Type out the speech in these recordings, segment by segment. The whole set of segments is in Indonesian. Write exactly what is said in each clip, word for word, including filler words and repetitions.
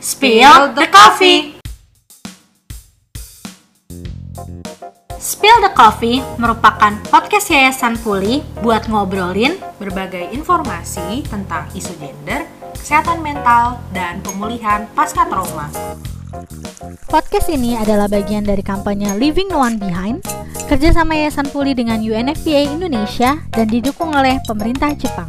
Spill the Coffee. Spill the Coffee merupakan podcast Yayasan Pulih buat ngobrolin berbagai informasi tentang isu gender, kesehatan mental, dan pemulihan pasca trauma. Podcast ini adalah bagian dari kampanye Leaving No One Behind, kerjasama Yayasan Pulih dengan U N F P A Indonesia dan didukung oleh pemerintah Jepang.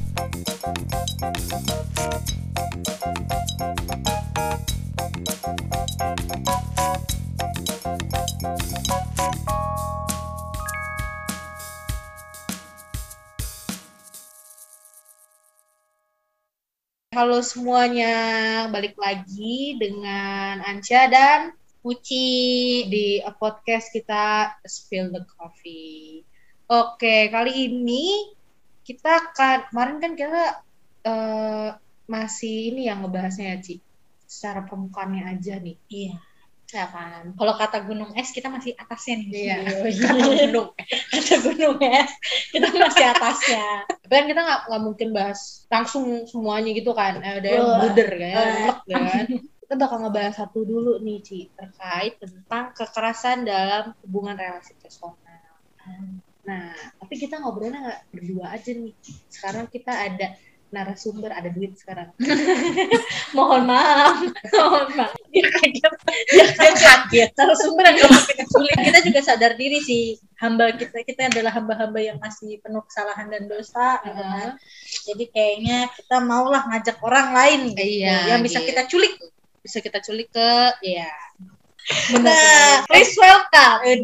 Halo semuanya, balik lagi dengan Anca dan Puci di podcast kita Spill the Coffee. Oke, kali ini kita kan kemarin kan kita uh, masih ini yang ngebahasnya ya, Ci, secara permukaannya aja nih. Iya. Ya kan. Kalau kata gunung es kita masih atasnya nih. Iya. Kata gunung, kata gunung es kita masih atasnya. Tapi kan kita nggak nggak mungkin bahas langsung semuanya gitu kan. Ada yang buder kan, lek kan. Kita bakal ngebahas satu dulu nih, Ci, terkait tentang kekerasan dalam hubungan relasi personal. Nah, tapi kita ngobrolnya nggak berdua aja nih. Sekarang kita ada narasumber, ada duit sekarang. Mohon maaf, mohon maaf. Dia kaget, dia kaget. Narasumber yang gak kita sulit. Kita juga sadar diri sih, hamba kita kita adalah hamba-hamba yang masih penuh kesalahan dan dosa. Uh-huh. Gitu kan. Jadi kayaknya kita maulah ngajak orang lain, gitu, iya, yang bisa gitu. kita culik, bisa kita culik ke, ya. Benar. Nah, please welcome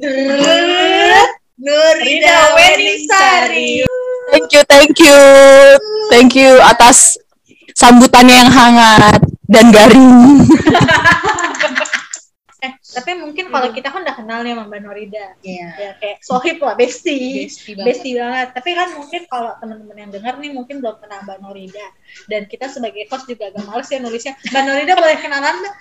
Nurida Weningsari. Thank you, thank you, thank you atas sambutannya yang hangat dan garing. eh, tapi mungkin kalau kita kan udah kenal nih sama Mbak Norida, yeah. ya kayak sohib lah, bestie, bestie banget. bestie banget. Tapi kan mungkin kalau teman-teman yang dengar nih mungkin belum kenal Mbak Norida, dan kita sebagai host juga agak males ya nulisnya. Mbak Norida boleh kenalan nggak?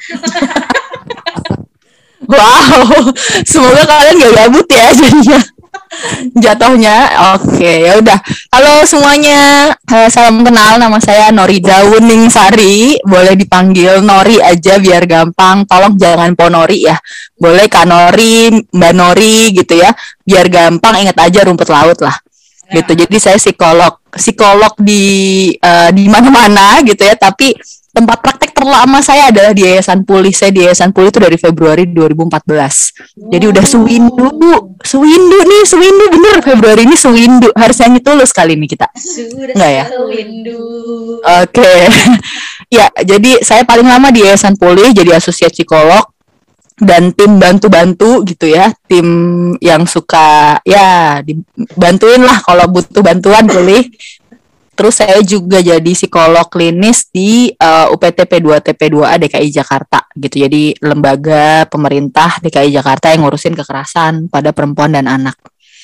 Wow, semoga kalian gak gabut ya jadinya. Jatuhnya, oke, okay, ya udah. Halo semuanya, uh, salam kenal, nama saya Norida Weningsari. Boleh dipanggil Nori aja biar gampang. Tolong jangan Ponori ya. Boleh Kak Nori, Mbak Nori gitu ya. Biar gampang, ingat aja rumput laut lah. Ya. Gitu. Jadi saya psikolog, psikolog di uh, di mana-mana gitu ya. Tapi tempat praktek terlama saya adalah di Yayasan Pulih. Saya di Yayasan Pulih itu dari Februari dua ribu empat belas. Wow. Jadi udah sewindu, sewindu nih, sewindu bener. Februari ini sewindu. Harus nyanyi tulus kali ini kita. Sudah enggak ya? Sewindu. Oke. Okay. Ya, jadi saya paling lama di Yayasan Pulih jadi asosiat psikolog dan tim bantu-bantu gitu ya. Tim yang suka ya dibantuin lah kalau butuh bantuan Pulih. Terus saya juga jadi psikolog klinis di uh, U P T P dua T P dua A D K I Jakarta gitu. Jadi lembaga pemerintah D K I Jakarta yang ngurusin kekerasan pada perempuan dan anak.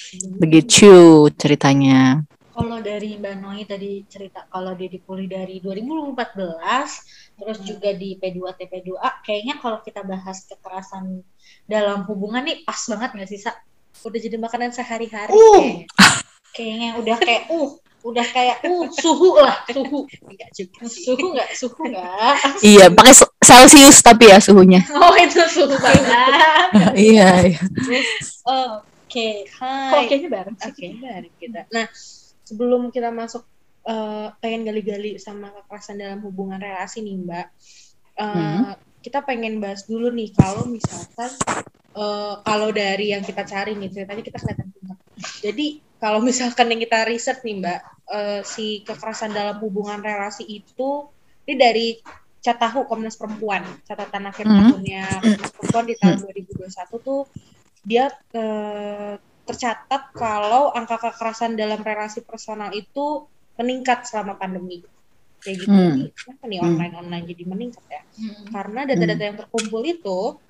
Begitu ceritanya. Kalau dari Mbak Noi tadi cerita kalau dia dipulih dari dua ribu empat belas, terus juga di P dua T P dua A, kayaknya kalau kita bahas kekerasan dalam hubungan nih pas banget nggak sih, Sa? Udah jadi makanan sehari-hari. Uh. Kayaknya. Kayaknya udah kayak uh udah kayak uh suhu lah suhu enggak juga suhu enggak suhu enggak iya pakai Celsius tapi ya suhunya oh itu suhu banget iya iya oke okay. Hai kayaknya bareng oke okay, bareng kita. Nah sebelum kita masuk uh, pengen gali-gali sama kekerasan dalam hubungan relasi nih Mbak, uh, hmm. kita pengen bahas dulu nih kalau misalkan uh, kalau dari yang kita cari nih ceritanya kita kelihatan pintar. Jadi kalau misalkan yang kita riset nih Mbak, uh, si kekerasan dalam hubungan relasi itu ini dari Catahu Komnas Perempuan, catatan akhir mm-hmm. tahunnya Komnas Perempuan di tahun dua ribu dua puluh satu tuh dia uh, tercatat kalau angka kekerasan dalam relasi personal itu meningkat selama pandemi. Kayak gitu, mm. Jadi kenapa nih online-online jadi meningkat ya? Mm. Karena data-data yang terkumpul itu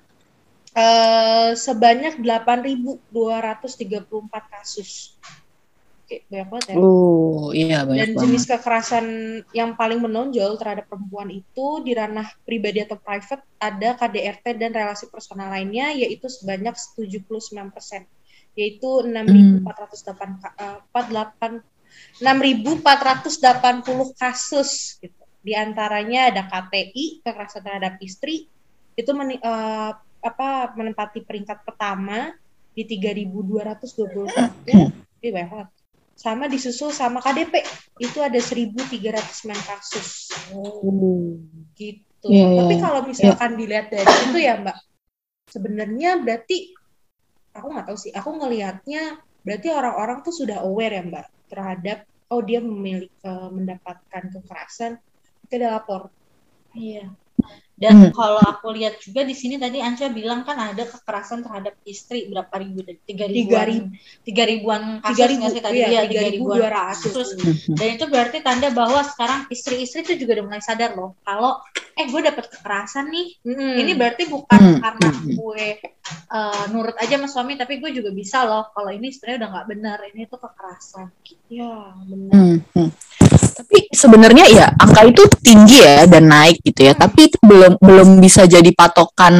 uh, sebanyak delapan ribu dua ratus tiga puluh empat kasus. Oke, banyak banget ya. Oh, iya banyak Dan banget. jenis kekerasan yang paling menonjol terhadap perempuan itu di ranah pribadi atau private ada K D R T dan relasi personal lainnya yaitu sebanyak tujuh puluh sembilan persen, yaitu enam ribu empat ratus delapan puluh kasus gitu. Di antaranya ada K T I, kekerasan terhadap istri, itu men, uh, apa menempati peringkat pertama di tiga ribu dua ratus dua puluh satu. Ini banyak. Sama disusul sama K D P, itu ada seribu tiga ratus sembilan kasus. Oh. Gitu. Yeah, Tapi yeah, kalau misalkan yeah. dilihat dari itu ya Mbak, sebenarnya berarti aku nggak tahu sih, aku ngelihatnya berarti orang-orang tuh sudah aware ya Mbak terhadap oh dia memiliki uh, mendapatkan kekerasan, itu ada lapor. Iya. Dan hmm. kalau aku lihat juga di sini tadi Anca bilang kan ada kekerasan terhadap istri berapa ribu, tiga ribuan, tiga ribuan kasus nggak sih tadi? Iya, tiga ribuan kasus. Dan itu berarti tanda bahwa sekarang istri-istri itu juga udah mulai sadar loh kalau eh gue dapet kekerasan nih, hmm. ini berarti bukan hmm. karena gue uh, nurut aja sama suami, tapi gue juga bisa loh kalau ini sebenarnya udah nggak benar, ini tuh kekerasan. Ya benar. Hmm. Hmm. Tapi sebenarnya ya angka itu tinggi ya dan naik gitu ya. Hmm. Tapi itu belum belum bisa jadi patokan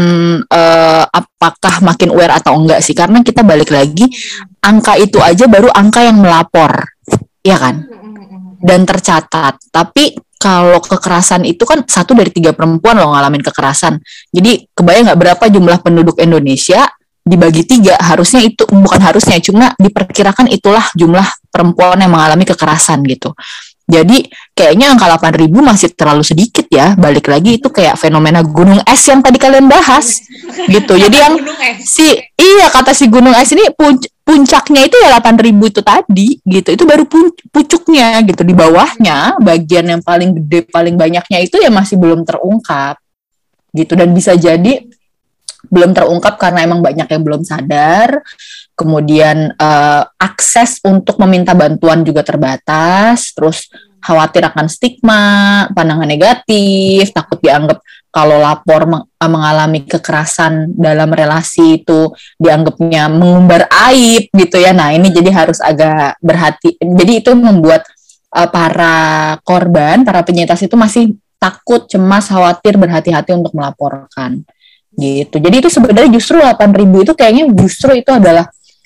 uh, apakah makin aware atau enggak sih. Karena kita balik lagi angka itu aja baru angka yang melapor, ya kan? Dan tercatat. Tapi kalau kekerasan itu kan satu dari tiga perempuan loh ngalamin kekerasan. Jadi kebayang nggak berapa jumlah penduduk Indonesia dibagi tiga, harusnya itu bukan harusnya, cuma diperkirakan itulah jumlah perempuan yang mengalami kekerasan gitu. Jadi kayaknya angka delapan ribu masih terlalu sedikit ya. Balik lagi itu kayak fenomena gunung es yang tadi kalian bahas gitu. Jadi yang si iya kata si gunung es ini punc- puncaknya itu ya delapan ribu itu tadi gitu. Itu baru pun- pucuknya gitu. Di bawahnya bagian yang paling gede paling banyaknya itu ya masih belum terungkap gitu. Dan bisa jadi belum terungkap karena emang banyak yang belum sadar. Kemudian uh, akses untuk meminta bantuan juga terbatas, terus khawatir akan stigma, pandangan negatif, takut dianggap kalau lapor meng- mengalami kekerasan dalam relasi itu dianggapnya mengumbar aib gitu ya. Nah ini jadi harus agak berhati. Jadi itu membuat uh, para korban, para penyintas itu masih takut, cemas, khawatir, berhati-hati untuk melaporkan gitu. Jadi itu sebenarnya justru delapan ribu itu kayaknya justru itu adalah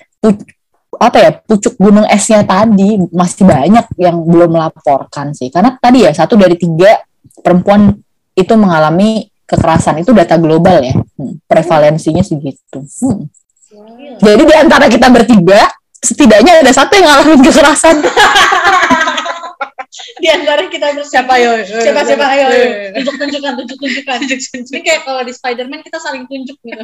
apa ya pucuk gunung esnya tadi, masih banyak yang belum melaporkan sih, karena tadi ya satu dari tiga perempuan itu mengalami kekerasan, itu data global ya, hmm, prevalensinya segitu. Hmm. Jadi di antara kita bertiga setidaknya ada satu yang ngalamin kekerasan. Di antara kita bertiga siapa yo siapa siapa ayo tunjuk tunjukkan tunjuk tunjukkan ini kayak kalau di Spider-Man kita saling tunjuk gitu.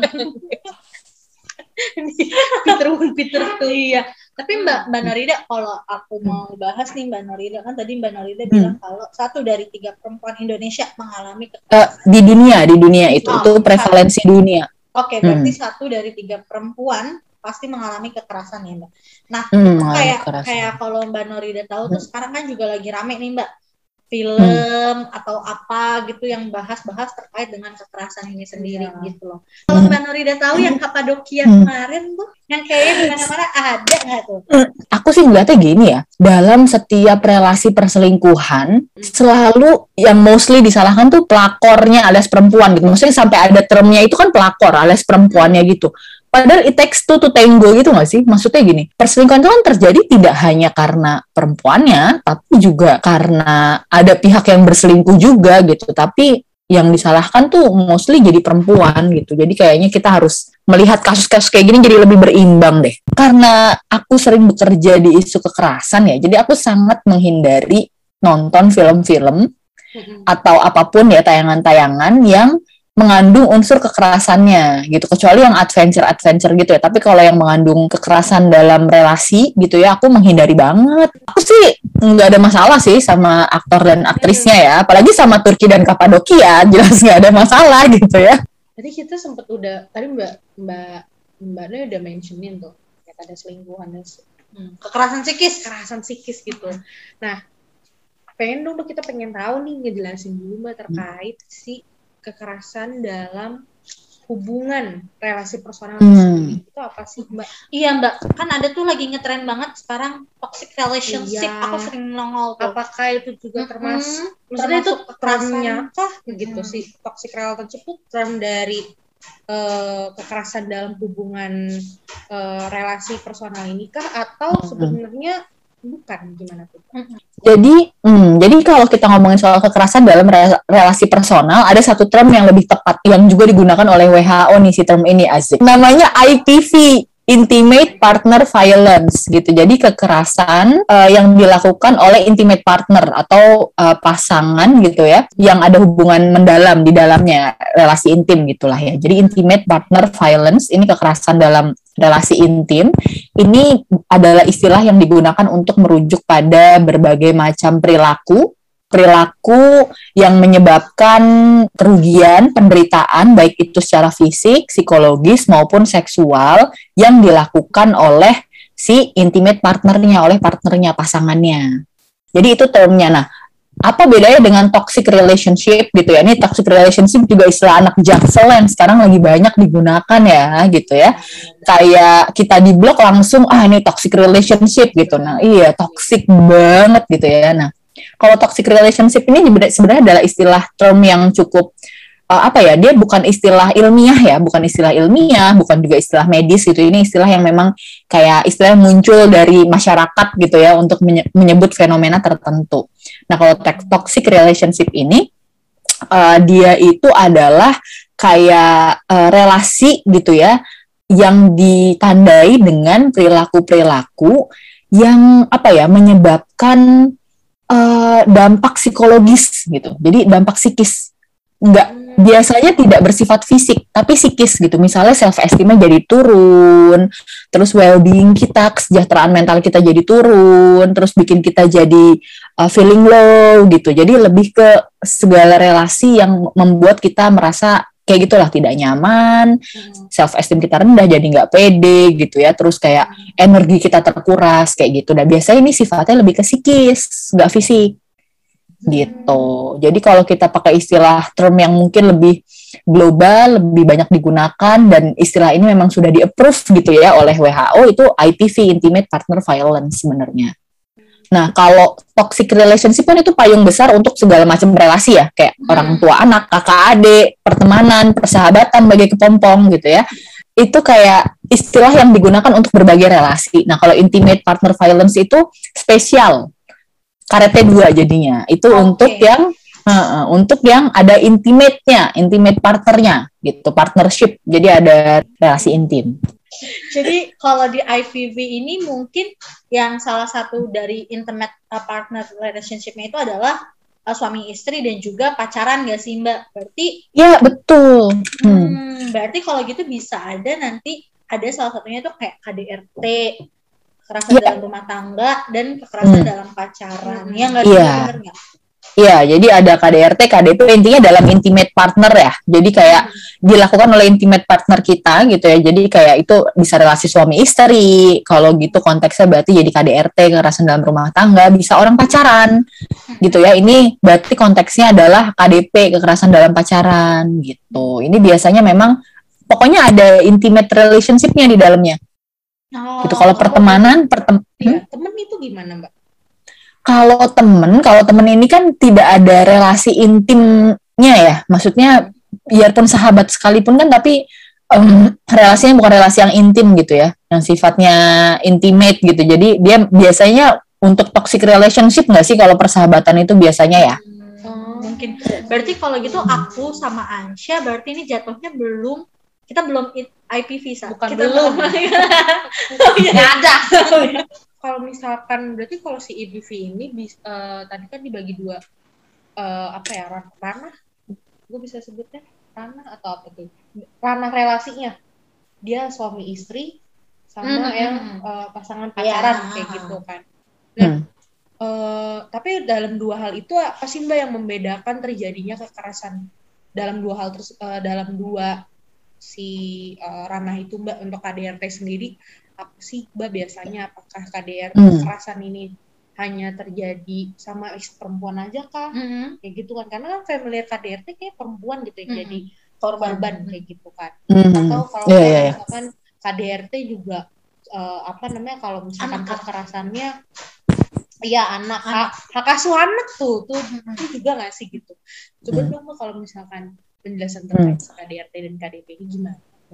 Peter Peter tuh iya. Tapi Mbak Mbak Norida, kalau aku mau bahas nih Mbak Norida, kan tadi Mbak Norida hmm. bilang kalau satu dari tiga perempuan Indonesia mengalami kekerasan. Uh, di dunia, di dunia itu, oh, itu prevalensi satu. Dunia. Oke, okay, berarti hmm. satu dari tiga perempuan pasti mengalami kekerasan ya Mbak. Nah, hmm, kayak kayak kalau Mbak Norida tahu hmm. tuh sekarang kan juga lagi rame nih Mbak, film hmm. atau apa gitu yang bahas-bahas terkait dengan kekerasan ini sendiri ya. Gitu loh. Kalau Mbak Norida tahu yang Kapadokia hmm. kemarin tuh, yang kayaknya di mana-mana ada nggak tuh? Aku sih ngeliatnya gini ya, dalam setiap relasi perselingkuhan hmm. selalu yang mostly disalahkan tuh pelakornya alias perempuan gitu. Maksudnya sampai ada termnya itu kan pelakor alias perempuannya gitu. Padahal it takes two to tango gitu gak sih? Maksudnya gini, perselingkuhan itu kan terjadi tidak hanya karena perempuannya, tapi juga karena ada pihak yang berselingkuh juga gitu. Tapi yang disalahkan tuh mostly jadi perempuan gitu. Jadi kayaknya kita harus melihat kasus-kasus kayak gini jadi lebih berimbang deh. Karena aku sering bekerja di isu kekerasan ya, jadi aku sangat menghindari nonton film-film mm-hmm. atau apapun ya tayangan-tayangan yang mengandung unsur kekerasannya gitu, kecuali yang adventure-adventure gitu ya. Tapi kalau yang mengandung kekerasan dalam relasi gitu ya, aku menghindari banget. Aku sih nggak ada masalah sih sama aktor dan aktrisnya ya, apalagi sama Turki dan Kapadokia, jelas nggak ada masalah gitu ya. Tadi kita sempat udah, tadi Mbak Mbak Mbaknya udah mentionin tuh, kayak ada selingkuhan dan hmm, kekerasan psikis, kekerasan psikis gitu. Nah, pengen dong kita pengen tahu nih, ngejelasin dulu Mbak terkait hmm. si kekerasan dalam hubungan relasi personal hmm. itu apa sih Mbak? Iya Mbak, kan ada tuh lagi ngetren banget sekarang toxic relationship. Iya. Aku sering nongol tuh. Apakah itu juga termasuk? Mm-hmm. Maksudnya itu termnya kah gitu mm-hmm. sih? Toxic relationship itu term dari uh, kekerasan dalam hubungan uh, relasi personal ini kah? Atau mm-hmm. sebenarnya bukan, gimana tuh? Jadi, hmm, jadi kalau kita ngomongin soal kekerasan dalam re- relasi personal, ada satu term yang lebih tepat yang juga digunakan oleh W H O nih, si term ini Azik. Namanya I P V, Intimate Partner Violence gitu. Jadi kekerasan uh, yang dilakukan oleh intimate partner atau uh, pasangan gitu ya, yang ada hubungan mendalam di dalamnya, relasi intim gitulah ya. Jadi intimate partner violence ini kekerasan dalam relasi intim. Ini adalah istilah yang digunakan untuk merujuk pada berbagai macam perilaku perilaku yang menyebabkan kerugian, penderitaan, baik itu secara fisik, psikologis, maupun seksual, yang dilakukan oleh si intimate partnernya, oleh partnernya, pasangannya. Jadi itu termnya. Nah, apa bedanya dengan toxic relationship gitu ya? Ini toxic relationship juga istilah anak jaksel yang sekarang lagi banyak digunakan ya, gitu ya. Kayak kita di blog langsung, ah ini toxic relationship gitu. Nah, iya, toxic banget gitu ya. Nah, kalau toxic relationship ini sebenarnya adalah istilah term yang cukup uh, apa ya, dia bukan istilah ilmiah ya, bukan istilah ilmiah, bukan juga istilah medis gitu. Ini istilah yang memang kayak istilah yang muncul dari masyarakat gitu ya untuk menyebut fenomena tertentu. Nah, kalau toxic relationship ini uh, dia itu adalah kayak uh, relasi gitu ya yang ditandai dengan perilaku-perilaku yang apa ya, menyebabkan Uh, dampak psikologis gitu. Jadi dampak psikis. Enggak, biasanya tidak bersifat fisik, tapi psikis gitu. Misalnya self esteem-nya jadi turun, terus well-being kita, kesejahteraan mental kita jadi turun, terus bikin kita jadi uh, feeling low gitu. Jadi lebih ke segala relasi yang membuat kita merasa kayak gitulah, tidak nyaman, hmm. self esteem kita rendah, jadi nggak pede gitu ya, terus kayak energi kita terkuras kayak gitu. Dan biasanya ini sifatnya lebih ke psikis, nggak fisik gitu. Jadi kalau kita pakai istilah term yang mungkin lebih global, lebih banyak digunakan, dan istilah ini memang sudah di-approve gitu ya oleh W H O, itu I P V, Intimate Partner Violence sebenarnya. Nah, kalau toxic relationship kan itu payung besar untuk segala macam relasi ya, kayak hmm. orang tua anak, kakak adik, pertemanan, persahabatan, bagai kepompong gitu ya. Itu kayak istilah yang digunakan untuk berbagai relasi. Nah, kalau intimate partner violence itu spesial, karetnya dua jadinya. Itu okay. untuk yang uh, untuk yang ada intimate-nya, intimate partnernya gitu, partnership. Jadi ada relasi intim. Jadi kalau di I P V ini mungkin yang salah satu dari intimate partner relationship-nya itu adalah uh, suami istri dan juga pacaran gak sih Mbak? Berarti ya betul. Hmm, hmm. Berarti kalau gitu bisa ada nanti ada salah satunya tuh kayak K D R T, kekerasan ya. dalam rumah tangga, dan kekerasan hmm. dalam pacaran. Hmm. Ya nggak sih, ya. benar nggak? Iya, jadi ada K D R T, K D P, intinya dalam intimate partner ya. Jadi kayak hmm. dilakukan oleh intimate partner kita gitu ya. Jadi kayak itu bisa relasi suami istri. Kalau gitu konteksnya berarti jadi K D R T, kekerasan dalam rumah tangga. Bisa orang pacaran gitu ya. Ini berarti konteksnya adalah K D P, kekerasan dalam pacaran gitu. Ini biasanya memang pokoknya ada intimate relationship-nya di dalamnya. Oh, gitu. Kalau pertemanan, pertem- iya, hmm? temen itu gimana Mbak? Kalau temen, kalau temen ini kan tidak ada relasi intimnya ya, maksudnya biarpun sahabat sekalipun kan, tapi um, relasinya bukan relasi yang intim gitu ya, yang sifatnya intimate gitu. Jadi dia biasanya untuk toxic relationship nggak sih kalau persahabatan itu biasanya ya? Hmm, mungkin. Berarti kalau gitu aku sama Ansya, berarti ini jatuhnya belum, kita belum I P V, bukan kita belum. Nggak ada. Kalau misalkan berarti kalau si I P V ini bis, uh, tadi kan dibagi dua uh, apa ya, ranah, gue bisa sebutnya ranah atau apa tuh, ranah relasinya dia suami istri sama hmm. yang uh, pasangan pacaran ya. Kayak gitu kan. Nah, hmm. uh, tapi dalam dua hal itu apa sih Mbak yang membedakan terjadinya kekerasan dalam dua hal terus uh, dalam dua si uh, ranah itu Mbak? Untuk K D R T sendiri apa sih Mbak biasanya, apakah K D R T hmm. kekerasan ini hanya terjadi sama perempuan aja kah? Mm-hmm. Kayak gitu kan, karena kan familiar K D R T kayak perempuan gitu yang mm-hmm. jadi korban mm-hmm. kayak gitu kan. Mm-hmm. Atau kalau yeah, yeah, yeah. misalkan K D R T juga uh, apa namanya, kalau misalkan anak kekerasannya iya anak, anak. hak asuh anak tuh tuh mm-hmm. itu juga nggak sih gitu. Coba mm-hmm. dong kalau misalkan penjelasan terkait mm-hmm. K D R T dan K D P ini gimana?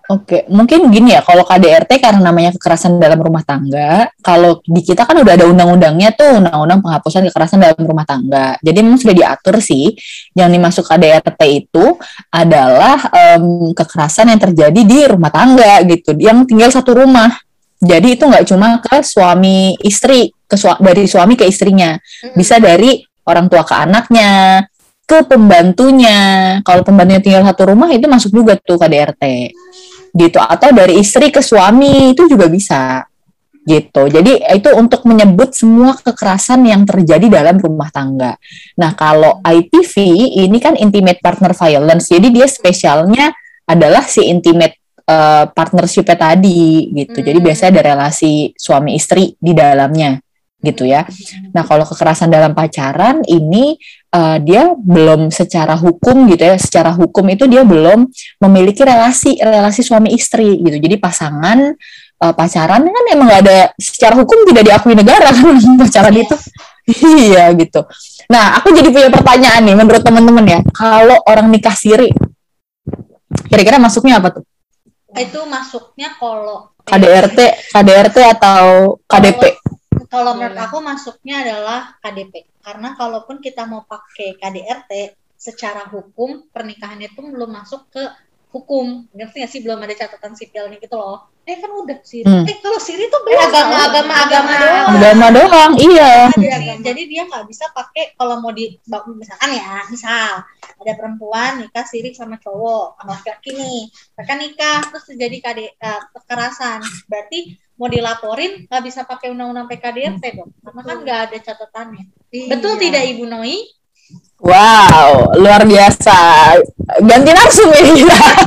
Oke, mungkin gini ya, kalau K D R T karena namanya kekerasan dalam rumah tangga, kalau di kita kan udah ada undang-undangnya tuh, undang-undang penghapusan kekerasan dalam rumah tangga. Jadi memang sudah diatur sih, yang dimaksud K D R T itu adalah um, kekerasan yang terjadi di rumah tangga gitu, yang tinggal satu rumah. Jadi itu nggak cuma ke suami istri, ke su- dari suami ke istrinya, bisa dari orang tua ke anaknya, ke pembantunya. Kalau pembantunya tinggal satu rumah itu masuk juga tuh K D R T. Gitu, atau dari istri ke suami itu juga bisa gitu. Jadi itu untuk menyebut semua kekerasan yang terjadi dalam rumah tangga. Nah, kalau I P V ini kan intimate partner violence, jadi dia spesialnya adalah si intimate uh, partnership tadi gitu. Jadi biasanya ada relasi suami istri di dalamnya gitu ya. Nah, kalau kekerasan dalam pacaran ini uh, dia belum secara hukum gitu ya, secara hukum itu dia belum memiliki relasi relasi suami istri gitu. Jadi pasangan uh, pacaran kan emang gak ada, secara hukum tidak diakui negara kan pacaran itu. Iya gitu. Nah, aku jadi punya pertanyaan nih menurut teman-teman ya, kalau orang nikah siri kira-kira masuknya apa tuh? Itu masuknya kalau K D R T, K D R T atau K D P? Kalau menurut aku masuknya adalah K D P. Karena kalaupun kita mau pakai K D R T, secara hukum pernikahannya itu belum masuk ke hukum. Ngerti nggak sih? Belum ada catatan sipilnya gitu loh. Eh kan udah siri. Hmm. Eh kalau siri itu belum. Eh, agama, agama, agama doang. Agama doang, iya. Jadi, jadi dia nggak bisa pakai kalau mau di misalkan ya, misal ada perempuan nikah siri sama cowok, sama laki-laki nih, mereka nikah terus terjadi K D, uh, kekerasan, berarti mau dilaporin nggak bisa pakai undang-undang P K D R T dong, karena kan nggak ada catatannya. Iya. Betul tidak Ibu Noi? Wow, luar biasa. Ganti langsung ini.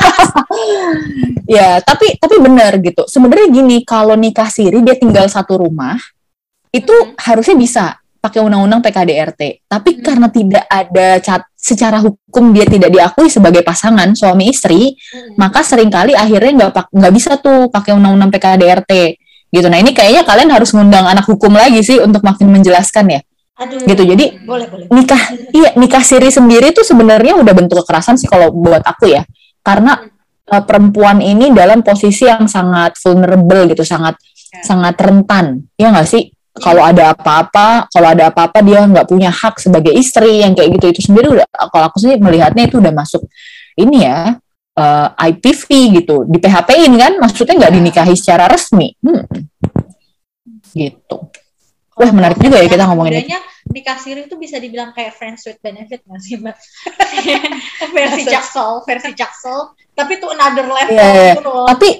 Ya, tapi tapi benar gitu. Sebenarnya gini, kalau nikah siri dia tinggal satu rumah, itu hmm. harusnya bisa pakai undang-undang P K D R T. Tapi hmm. karena tidak ada cat, secara hukum dia tidak diakui sebagai pasangan suami istri, hmm. maka seringkali akhirnya nggak nggak bisa tuh pakai undang-undang P K D R T. Gitu. Nah ini kayaknya kalian harus ngundang anak hukum lagi sih untuk makin menjelaskan ya. Aduh, gitu. Jadi boleh, boleh. nikah iya nikah siri sendiri tuh sebenarnya udah bentuk kekerasan sih kalau buat aku ya, karena hmm. uh, perempuan ini dalam posisi yang sangat vulnerable gitu, sangat ya. sangat rentan, ya nggak sih? Ya. Kalau ada apa-apa, kalau ada apa-apa dia nggak punya hak sebagai istri yang kayak gitu, itu sendiri udah, kalau aku sih melihatnya itu udah masuk ini ya uh, I P V gitu, di P H P-in kan, maksudnya nggak dinikahi secara resmi, hmm. gitu. Wah, menarik juga ya kita ngomongin ini. Nikah siri itu bisa dibilang kayak friends with benefit nggak sih, Mbak? versi Jaksel, versi Jaksel. Tapi itu another level yeah, gitu loh. Tapi,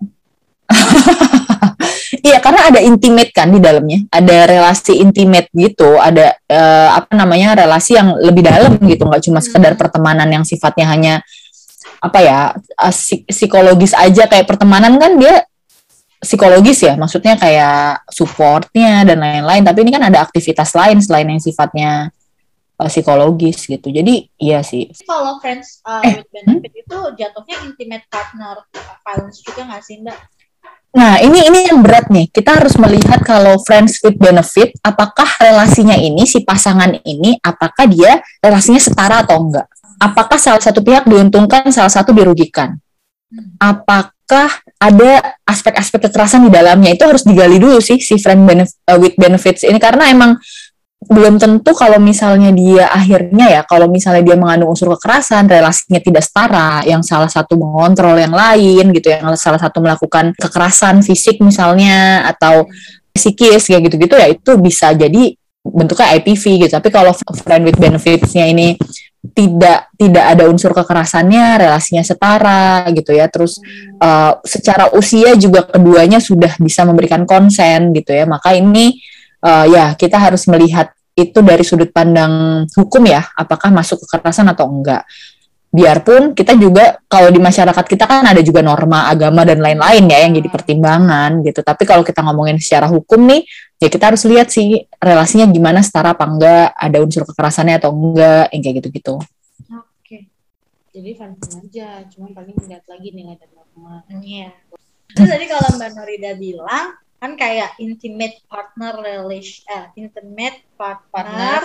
iya karena ada intimate kan di dalamnya. Ada relasi intimate gitu. Ada uh, apa namanya relasi yang lebih dalam gitu. Nggak cuma sekedar hmm. pertemanan yang sifatnya hanya apa ya psikologis aja, kayak pertemanan kan dia psikologis ya, maksudnya kayak supportnya dan lain-lain, tapi ini kan ada aktivitas lain selain yang sifatnya uh, psikologis gitu. Jadi iya sih. Kalau friends uh, eh, with benefit hmm? itu jatuhnya intimate partner violence juga nggak sih, Mbak? Nah ini ini yang berat nih. Kita harus melihat kalau friends with benefit, apakah relasinya ini si pasangan ini, apakah dia relasinya setara atau enggak? Apakah salah satu pihak diuntungkan, salah satu dirugikan? Apakah ada aspek-aspek kekerasan di dalamnya? Itu harus digali dulu sih si friend benef- uh, with benefits ini, karena emang belum tentu kalau misalnya dia akhirnya ya kalau misalnya dia mengandung unsur kekerasan, relasinya tidak setara, yang salah satu mengontrol yang lain gitu, yang salah satu melakukan kekerasan fisik misalnya atau psikis kayak gitu-gitu ya, itu bisa jadi bentuknya I P V gitu. Tapi kalau friend with benefits-nya ini tidak tidak ada unsur kekerasannya, relasinya setara gitu ya, terus uh, secara usia juga keduanya sudah bisa memberikan konsen gitu ya, maka ini uh, ya kita harus melihat itu dari sudut pandang hukum ya, apakah masuk kekerasan atau enggak. Biarpun kita juga kalau di masyarakat kita kan ada juga norma agama dan lain-lain ya yang jadi pertimbangan gitu, tapi kalau kita ngomongin secara hukum nih ya kita harus lihat sih relasinya gimana, setara apa enggak, ada unsur kekerasannya atau enggak, yang kayak gitu-gitu. Oke, jadi fun-fun aja, cuma paling lihat lagi nih ada norma. Iya. Terus tadi kalau Mbak Norida bilang kan kayak intimate partner relation, eh, intimate partner, partner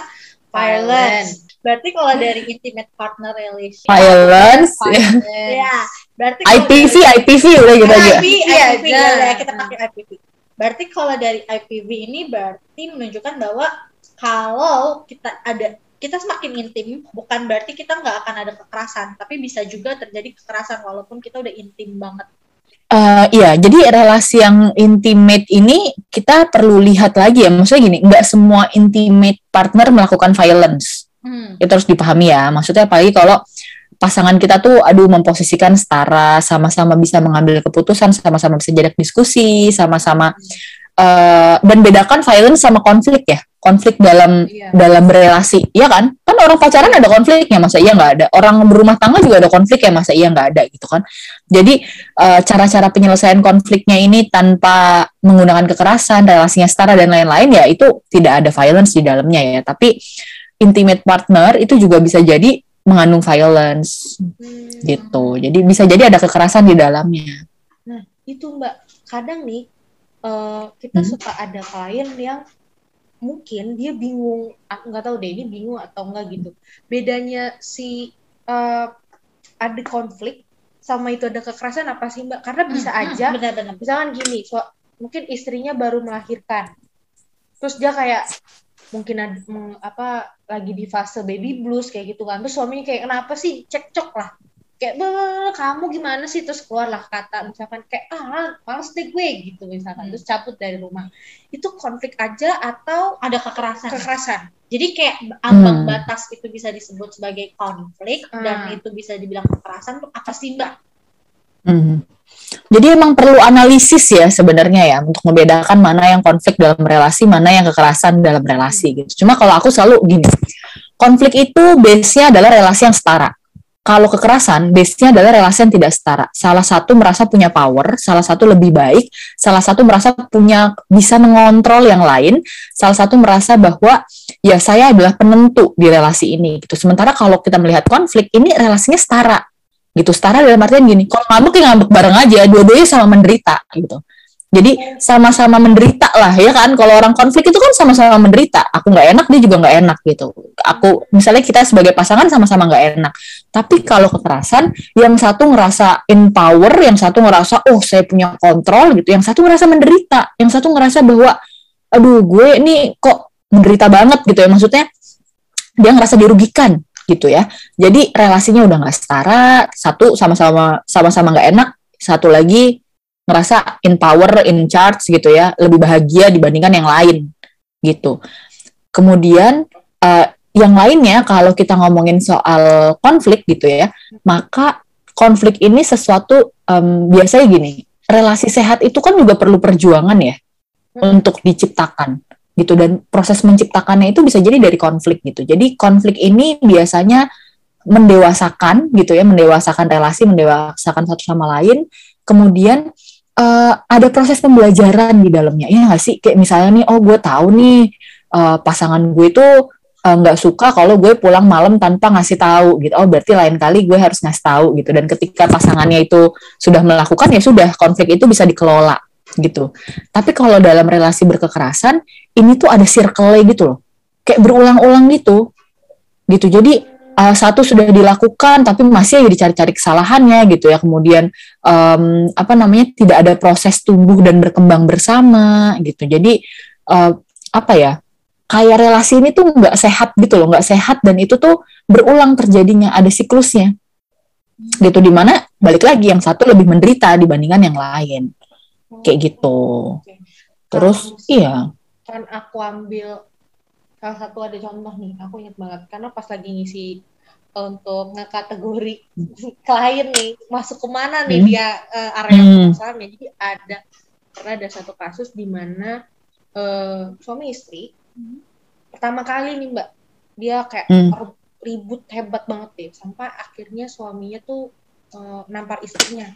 violence. Berarti kalau dari intimate partner relation violence, violence ya, Berarti I P V, dari, I P V udah gitu aja. I P V, iya, ya, kita pakai I P V. Berarti kalau dari I P V ini berarti menunjukkan bahwa kalau kita ada kita semakin intim, bukan berarti kita nggak akan ada kekerasan, tapi bisa juga terjadi kekerasan walaupun kita udah intim banget. Uh, iya, jadi relasi yang intimate ini kita perlu lihat lagi ya, maksudnya gini, nggak semua intimate partner melakukan violence, hmm. itu harus dipahami ya, maksudnya apalagi kalau pasangan kita tuh, aduh memposisikan setara, sama-sama bisa mengambil keputusan, sama-sama bisa jadi diskusi, sama-sama uh, dan bedakan violence sama konflik ya. Konflik dalam iya. dalam berelasi, ya kan? Kan orang pacaran ada konfliknya, masa iya nggak ada? Orang berumah tangga juga ada konflik ya, masa iya nggak ada gitu kan? Jadi uh, cara-cara penyelesaian konfliknya ini tanpa menggunakan kekerasan, relasinya setara dan lain-lain ya itu tidak ada violence di dalamnya ya. Tapi intimate partner itu juga bisa jadi mengandung violence, hmm. gitu. Jadi bisa jadi ada kekerasan di dalamnya. Nah itu Mbak, kadang nih uh, kita hmm. suka ada klien yang mungkin dia bingung, aku nggak tahu deh ini bingung atau enggak gitu. Bedanya si uh, ada konflik sama itu ada kekerasan apa sih Mbak? Karena bisa hmm, aja, benar-benar. Misalkan gini, so, mungkin istrinya baru melahirkan, terus dia kayak mungkin ada, meng, apa lagi di fase baby blues kayak gitu kan. Terus suaminya kayak kenapa sih cekcok lah. Kayak, kamu gimana sih? Terus keluarlah kata, misalkan kayak, ah, males deh gue, gitu misalkan. Hmm. Terus cabut dari rumah. Itu konflik aja atau ada kekerasan? Kekerasan. Jadi kayak ambang hmm. batas itu bisa disebut sebagai konflik, hmm. dan itu bisa dibilang kekerasan, tuh apa sih Mbak? Hmm. Jadi emang perlu analisis ya sebenarnya ya, untuk membedakan mana yang konflik dalam relasi, mana yang kekerasan dalam relasi gitu. Cuma kalau aku selalu gini, konflik itu base-nya adalah relasi yang setara. Kalau kekerasan, base-nya adalah relasi yang tidak setara. Salah satu merasa punya power, salah satu lebih baik, salah satu merasa punya bisa mengontrol yang lain, salah satu merasa bahwa ya saya adalah penentu di relasi ini gitu. Sementara kalau kita melihat konflik, ini relasinya setara. Gitu, setara dalam artian gini, kalau ngambek ya ngambek bareng aja, dua-duanya sama menderita gitu. Jadi sama-sama menderita lah ya kan. Kalau orang konflik itu kan sama-sama menderita. Aku nggak enak, dia juga nggak enak gitu. Aku misalnya kita sebagai pasangan sama-sama nggak enak. Tapi kalau kekerasan, yang satu ngerasa in power, yang satu ngerasa oh saya punya kontrol gitu, yang satu ngerasa menderita, yang satu ngerasa bahwa aduh gue ini kok menderita banget gitu ya. Maksudnya dia ngerasa dirugikan gitu ya. Jadi relasinya udah nggak setara. Satu sama-sama sama-sama nggak enak. Satu lagi ngerasa in power, in charge gitu ya, lebih bahagia dibandingkan yang lain gitu. Kemudian uh, yang lainnya kalau kita ngomongin soal konflik gitu ya, maka konflik ini sesuatu um, biasanya gini, relasi sehat itu kan juga perlu perjuangan ya hmm. untuk diciptakan gitu, dan proses menciptakannya itu bisa jadi dari konflik gitu. Jadi konflik ini biasanya mendewasakan gitu ya, mendewasakan relasi, mendewasakan satu sama lain. Kemudian Uh, ada proses pembelajaran di dalamnya, ya nggak sih? Kayak misalnya nih, oh gue tahu nih uh, pasangan gue itu nggak uh, suka kalau gue pulang malam tanpa ngasih tahu gitu. Oh berarti lain kali gue harus ngasih tahu gitu. Dan ketika pasangannya itu sudah melakukan, ya sudah, konflik itu bisa dikelola gitu. Tapi kalau dalam relasi berkekerasan, ini tuh ada circle-nya gitu loh, kayak berulang-ulang gitu, gitu. Jadi Uh, satu sudah dilakukan tapi masih aja dicari-cari kesalahannya gitu ya. Kemudian um, apa namanya tidak ada proses tumbuh dan berkembang bersama gitu. Jadi uh, apa ya, kayak relasi ini tuh nggak sehat gitu loh, nggak sehat, dan itu tuh berulang terjadinya, ada siklusnya gitu, dimana balik lagi yang satu lebih menderita dibandingkan yang lain kayak gitu. Terus iya kan aku ambil salah satu, ada contoh nih, aku ingat banget karena pas lagi ngisi untuk ngekategori klien nih masuk kemana nih hmm. dia uh, area permasalahannya. Jadi ada pernah ada satu kasus di mana uh, suami istri hmm. pertama kali nih Mbak, dia kayak hmm. ribut hebat banget deh, sampai akhirnya suaminya tuh uh, nampar istrinya.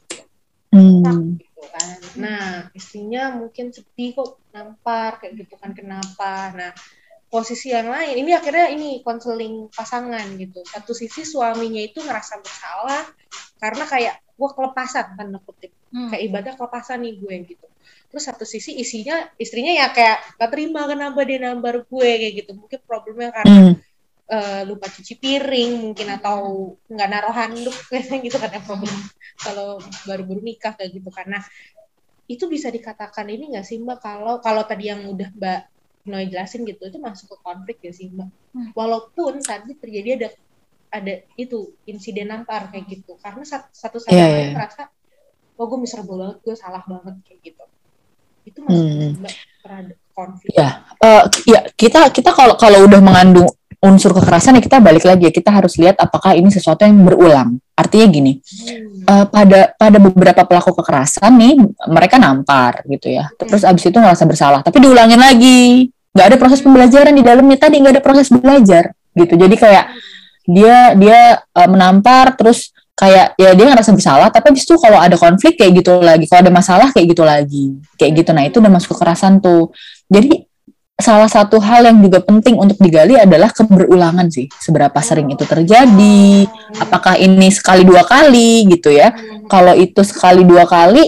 Hmm. Nah, gitu kan. Nah, istrinya mungkin sedih kok nampar kayak gitu kan, kenapa? Nah, posisi yang lain ini akhirnya ini konseling pasangan gitu. Satu sisi suaminya itu ngerasa bersalah karena kayak gua kelepasan kan, kutip hmm. kayak ibadah kelepasan nih gue gitu. Terus satu sisi isinya istrinya ya kayak gak terima kenapa dia nampar gue kayak gitu. Mungkin problemnya karena hmm. uh, lupa cuci piring mungkin atau nggak naruh handuk gitu kan ya problem kalau baru-baru nikah kayak gitu karena itu bisa dikatakan ini nggak sih Mbak kalau kalau tadi yang udah Mbak Noi jelasin gitu itu masuk ke konflik ya sih Mbak hmm. walaupun saat itu terjadi ada ada itu insiden nampar kayak gitu karena satu sama yeah, lain yeah. merasa oh gue miserable banget gue salah banget kayak gitu itu masuk hmm. Mbak terhadap konflik ya uh, ya kita kita kalau kalau udah mengandung unsur kekerasan ya kita balik lagi ya kita harus lihat apakah ini sesuatu yang berulang artinya gini hmm. uh, pada pada beberapa pelaku kekerasan nih mereka nampar gitu ya hmm. terus abis itu ngerasa bersalah tapi diulangin lagi nggak ada proses pembelajaran di dalamnya tadi nggak ada proses belajar gitu jadi kayak dia dia uh, menampar terus kayak ya dia ngerasa bersalah tapi abis itu kalau ada konflik kayak gitu lagi kalau ada masalah kayak gitu lagi kayak gitu nah itu udah masuk kekerasan tuh jadi salah satu hal yang juga penting untuk digali adalah keberulangan sih seberapa sering itu terjadi apakah ini sekali dua kali gitu ya kalau itu sekali dua kali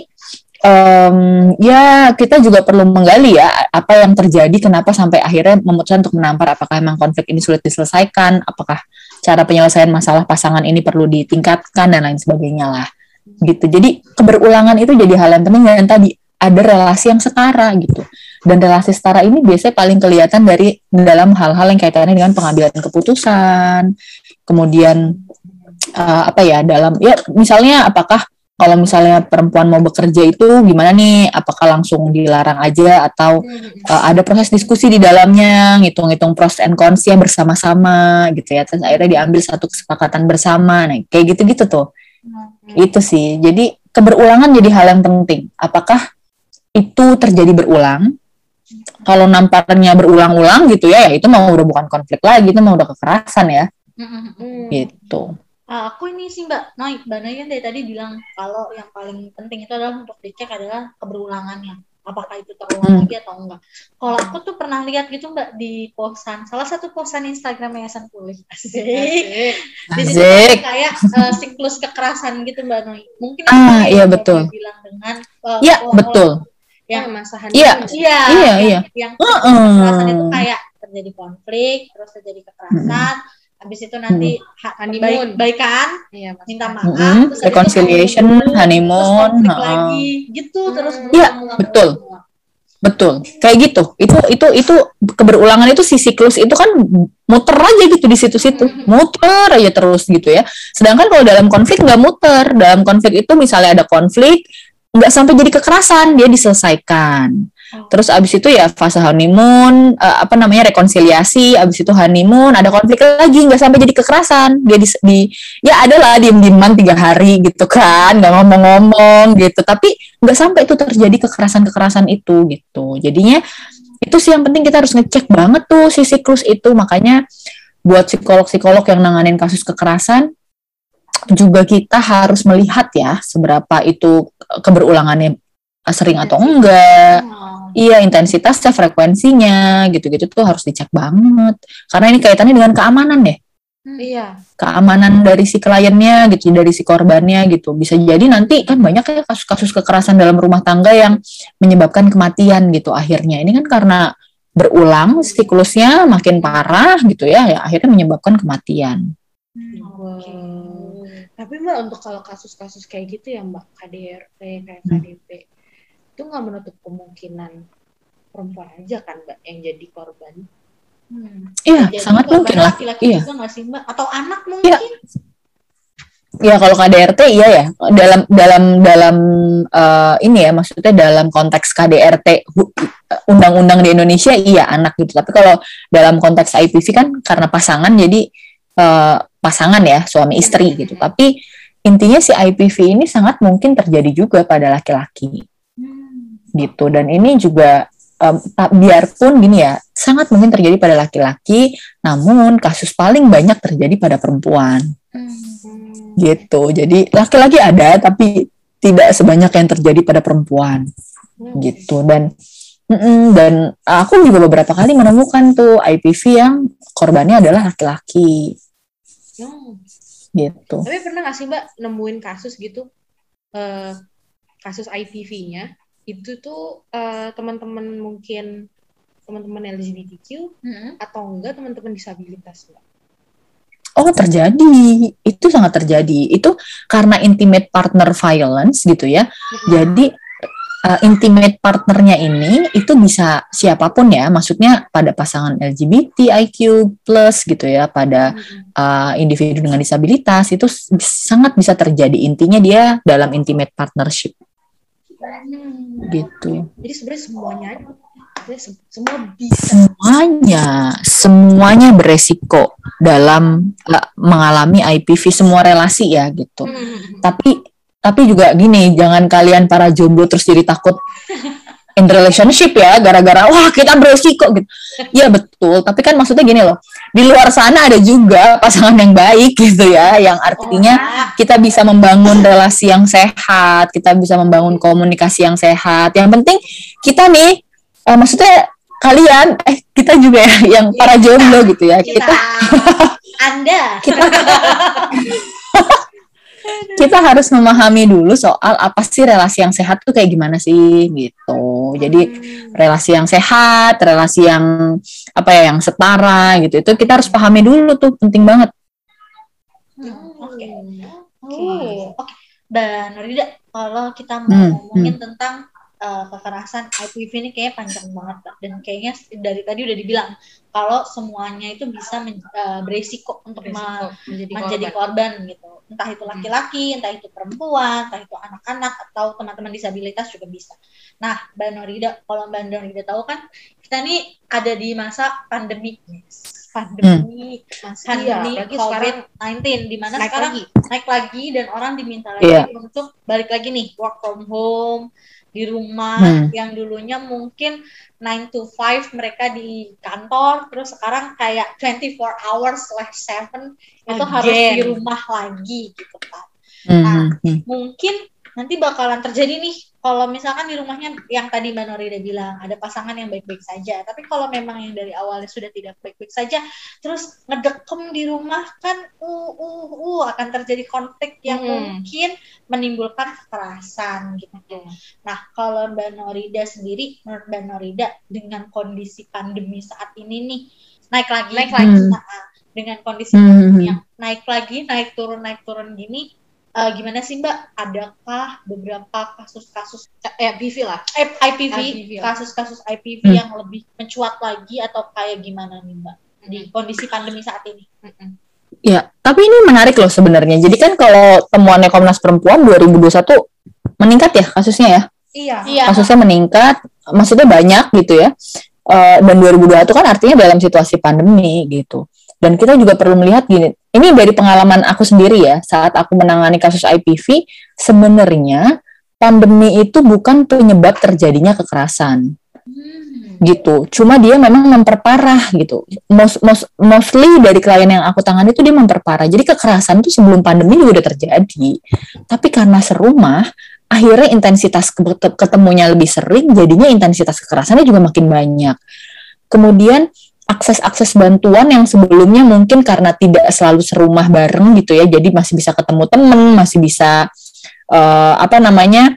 um, ya kita juga perlu menggali ya apa yang terjadi kenapa sampai akhirnya memutuskan untuk menampar apakah memang konflik ini sulit diselesaikan apakah cara penyelesaian masalah pasangan ini perlu ditingkatkan dan lain sebagainya lah gitu jadi keberulangan itu jadi hal yang penting dan tadi ada relasi yang setara gitu dan relasi setara ini biasanya paling kelihatan dari dalam hal-hal yang kaitannya dengan pengambilan keputusan kemudian uh, apa ya dalam ya misalnya apakah kalau misalnya perempuan mau bekerja itu gimana nih apakah langsung dilarang aja atau uh, ada proses diskusi di dalamnya ngitung-ngitung pros and cons yang bersama-sama gitu ya terus akhirnya diambil satu kesepakatan bersama nah kayak gitu-gitu tuh hmm. itu sih jadi keberulangan jadi hal yang penting apakah itu terjadi berulang kalau namparnya berulang-ulang gitu ya, ya itu mau udah bukan konflik lagi, itu mau udah kekerasan ya, mm-hmm. gitu. Uh, aku ini sih Mbak Noi, Mbak Noi kan dari tadi bilang kalau yang paling penting itu adalah untuk dicek adalah keberulangannya, apakah itu terulang hmm. lagi atau enggak. Kalau aku tuh pernah lihat gitu Mbak di posan, salah satu posan Instagram Yayasan Pulih, asik, di situ kayak uh, siklus kekerasan gitu Mbak Noi. Mungkin ah iya betul. Bilang dengan uh, ya oh, betul. yang masa iya iya iya iya yang, yang uh-uh. kekerasan itu kayak terjadi konflik terus terjadi kekerasan hmm. habis itu nanti hmm. honeymoon baik, baikan ya, minta maaf hmm. terus reconciliation honeymoon, honeymoon terus konflik uh-uh. lagi gitu terus iya betul semua. Betul kayak gitu itu itu itu keberulangan itu si siklus itu kan muter aja gitu di situ-situ hmm. muter aja terus gitu ya sedangkan kalau dalam konflik nggak muter dalam konflik itu misalnya ada konflik nggak sampai jadi kekerasan dia diselesaikan oh. terus abis itu ya fase honeymoon uh, apa namanya rekonsiliasi abis itu honeymoon ada konflik lagi nggak sampai jadi kekerasan dia di, di ya adalah diem-dieman tiga hari gitu kan nggak ngomong-ngomong gitu tapi nggak sampai itu terjadi kekerasan-kekerasan itu gitu jadinya itu sih yang penting kita harus ngecek banget tuh si siklus itu makanya buat psikolog-psikolog yang nanganin kasus kekerasan juga kita harus melihat ya seberapa itu keberulangannya sering atau enggak oh. iya intensitasnya frekuensinya gitu-gitu tuh harus dicek banget karena ini kaitannya dengan keamanan deh iya keamanan dari si kliennya gitu dari si korbannya gitu bisa jadi nanti kan banyak ya kasus-kasus kekerasan dalam rumah tangga yang menyebabkan kematian gitu akhirnya ini kan karena berulang siklusnya makin parah gitu ya ya akhirnya menyebabkan kematian. Wow. Okay. Tapi Mbak untuk kalau kasus-kasus kayak gitu ya Mbak K D R T kayak K D P hmm. itu nggak menutup kemungkinan perempuan aja kan Mbak yang jadi korban. Hmm. Iya jadi sangat mungkin lah. Laki-laki iya. juga nggak sih Mbak atau anak mungkin? Iya. Ya kalau K D R T iya ya dalam dalam dalam uh, ini ya maksudnya dalam konteks K D R T undang-undang di Indonesia iya anak gitu tapi kalau dalam konteks I P V kan karena pasangan jadi uh, pasangan ya suami istri hmm. gitu tapi intinya si I P V ini sangat mungkin terjadi juga pada laki-laki hmm. gitu dan ini juga um, biarpun gini ya sangat mungkin terjadi pada laki-laki namun kasus paling banyak terjadi pada perempuan hmm. gitu jadi laki-laki ada tapi tidak sebanyak yang terjadi pada perempuan hmm. gitu dan dan aku juga beberapa kali menemukan tuh I P V yang korbannya adalah laki-laki. Oh. Gitu. Tapi pernah nggak sih Mbak nemuin kasus gitu, uh, kasus I P V-nya itu tuh uh, teman-teman mungkin teman-teman L G B T Q mm-hmm. atau enggak teman-teman disabilitas Mbak? Oh, terjadi. Itu sangat terjadi. Itu karena intimate partner violence gitu ya. Hmm. Jadi uh, intimate partnernya ini itu bisa siapapun ya. Maksudnya pada pasangan L G B T I Q plus gitu ya, pada uh, individu dengan disabilitas itu sangat bisa terjadi. Intinya dia dalam intimate partnership. Hmm. Gitu. Jadi sebenarnya semuanya semua bisa. Semuanya, semuanya beresiko dalam uh, mengalami I P V, semua relasi ya gitu. Hmm. Tapi tapi juga gini, jangan kalian para jomblo terus jadi takut in relationship ya, gara-gara wah kita beresiko gitu. Ya betul, tapi kan maksudnya gini loh, di luar sana ada juga pasangan yang baik gitu ya, yang artinya kita bisa membangun relasi yang sehat, kita bisa membangun komunikasi yang sehat. Yang penting kita nih, uh, maksudnya kalian, eh kita juga ya, yang para jomblo gitu ya, kita, kita Anda, kita kita harus memahami dulu soal apa sih relasi yang sehat tuh kayak gimana sih gitu. Jadi relasi yang sehat, relasi yang apa ya, yang setara gitu. Itu kita harus pahami dulu tuh, penting banget. Oke. Oke. Oke. Dan Rida, kalau kita mau hmm, ngomongin hmm. tentang uh, kekerasan I P V ini kayaknya panjang banget, dan kayaknya dari tadi udah dibilang kalau semuanya itu bisa men, uh, beresiko untuk beresiko, ma- menjadi, menjadi korban. korban gitu. Entah itu laki-laki, entah itu perempuan, entah itu anak-anak atau teman-teman disabilitas juga bisa. Nah, Mbak Norida, kalau Mbak Norida tahu kan kita nih ada di masa pandemi, pandemi, hmm. pandemi iya, covid sembilan belas, di mana sekarang lagi. naik lagi dan orang diminta lagi yeah. untuk balik lagi nih work from home di rumah, hmm. yang dulunya mungkin nine to five mereka di kantor, terus sekarang kayak twenty-four hours slash seven itu Again. harus di rumah lagi gitu kan. Hmm. Nah, hmm. mungkin nanti bakalan terjadi nih kalau misalkan di rumahnya yang tadi Mbak Norida bilang ada pasangan yang baik-baik saja, tapi kalau memang yang dari awalnya sudah tidak baik-baik saja, terus ngedekem di rumah kan uh uh uh akan terjadi konflik yang hmm. mungkin menimbulkan kekerasan gitu. Hmm. Nah, kalau Mbak Norida sendiri, menurut Mbak Norida dengan kondisi pandemi saat ini nih naik lagi, naik lagi, hmm. nah, dengan kondisi hmm. pandemi yang naik lagi, naik turun, naik turun gini. Uh, gimana sih Mbak? Adakah beberapa kasus-kasus eh, I P V lah, eh, I P V, I P V kasus-kasus I P V hmm. yang lebih mencuat lagi atau kayak gimana nih Mbak hmm. di kondisi pandemi saat ini? Hmm. Ya, tapi ini menarik loh sebenarnya. Jadi kan kalau temuannya Komnas Perempuan dua ribu dua puluh satu meningkat ya kasusnya ya? Iya. Kasusnya meningkat, maksudnya banyak gitu ya. Uh, dan dua ribu dua puluh satu kan artinya dalam situasi pandemi gitu. Dan kita juga perlu melihat gini, ini dari pengalaman aku sendiri ya, saat aku menangani kasus I P V, sebenarnya pandemi itu bukan penyebab terjadinya kekerasan, hmm. gitu. Cuma dia memang memperparah gitu. Most, most, mostly dari klien yang aku tangani itu dia memperparah. Jadi kekerasan itu sebelum pandemi juga udah terjadi. Tapi karena serumah, akhirnya intensitas ketemunya lebih sering, jadinya intensitas kekerasannya juga makin banyak. Kemudian akses-akses bantuan yang sebelumnya mungkin karena tidak selalu serumah bareng gitu ya, jadi masih bisa ketemu temen, masih bisa uh, apa namanya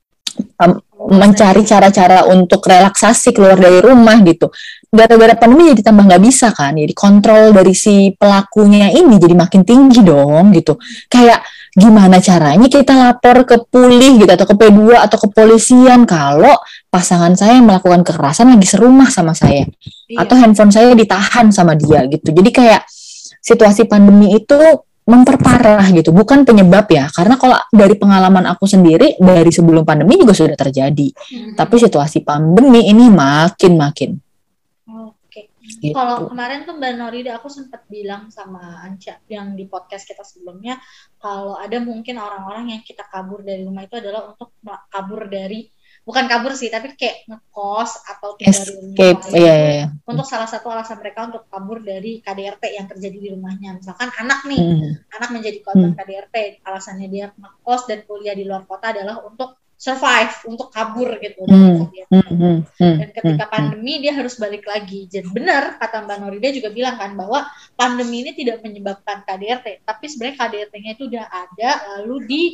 um, mencari cara-cara untuk relaksasi keluar dari rumah gitu. Gara-gara pandemi jadi tambah nggak bisa kan, jadi kontrol dari si pelakunya ini jadi makin tinggi dong gitu. Kayak gimana caranya kita lapor ke pulih gitu atau ke P dua atau ke polisian kalau pasangan saya yang melakukan kekerasan lagi serumah sama saya, iya. atau handphone saya ditahan sama dia gitu. Jadi kayak situasi pandemi itu memperparah gitu, bukan penyebab ya. Karena kalau dari pengalaman aku sendiri dari sebelum pandemi juga sudah terjadi, hmm. tapi situasi pandemi ini makin-makin. Oke. Gitu. Kalau kemarin tuh Mbak Norida aku sempat bilang sama Anca yang di podcast kita sebelumnya, kalau ada mungkin orang-orang yang kita kabur dari rumah itu adalah untuk kabur dari, bukan kabur sih, tapi kayak ngekos atau tinggal di rumah. Escape, iya, iya. Untuk salah satu alasan mereka untuk kabur dari K D R T yang terjadi di rumahnya. Misalkan anak nih, hmm. anak menjadi korban hmm. K D R T, alasannya dia ngekos dan kuliah di luar kota adalah untuk survive, untuk kabur gitu. Hmm. Hmm. Hmm. Dan ketika pandemi dia harus balik lagi. Jadi benar kata Mbak Norida juga bilang kan bahwa pandemi ini tidak menyebabkan K D R T, tapi sebenarnya K D R T-nya itu udah ada lalu di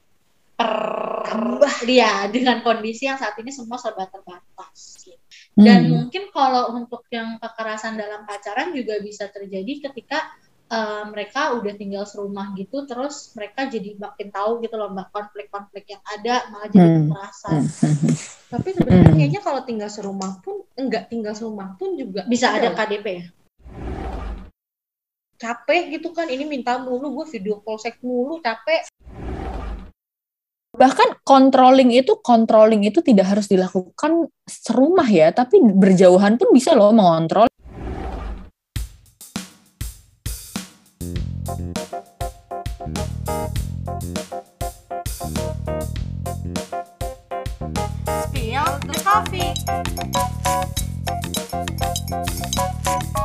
tambah dia dengan kondisi yang saat ini semua serba terbatas gitu. Dan hmm. mungkin kalau untuk yang kekerasan dalam pacaran juga bisa terjadi ketika uh, mereka udah tinggal serumah gitu, terus mereka jadi makin tahu gitu loh mbak konflik-konflik yang ada malah jadi Hmm. kekerasan. Hmm. Tapi sebenarnya Hmm. kayaknya kalau tinggal serumah pun, enggak tinggal serumah pun juga Bisa ada loh. K D P ya. Capek gitu kan, ini minta mulu, gue video call seks mulu, capek. Bahkan controlling itu controlling itu tidak harus dilakukan serumah ya, tapi berjauhan pun bisa loh mengontrol. Spill the coffee.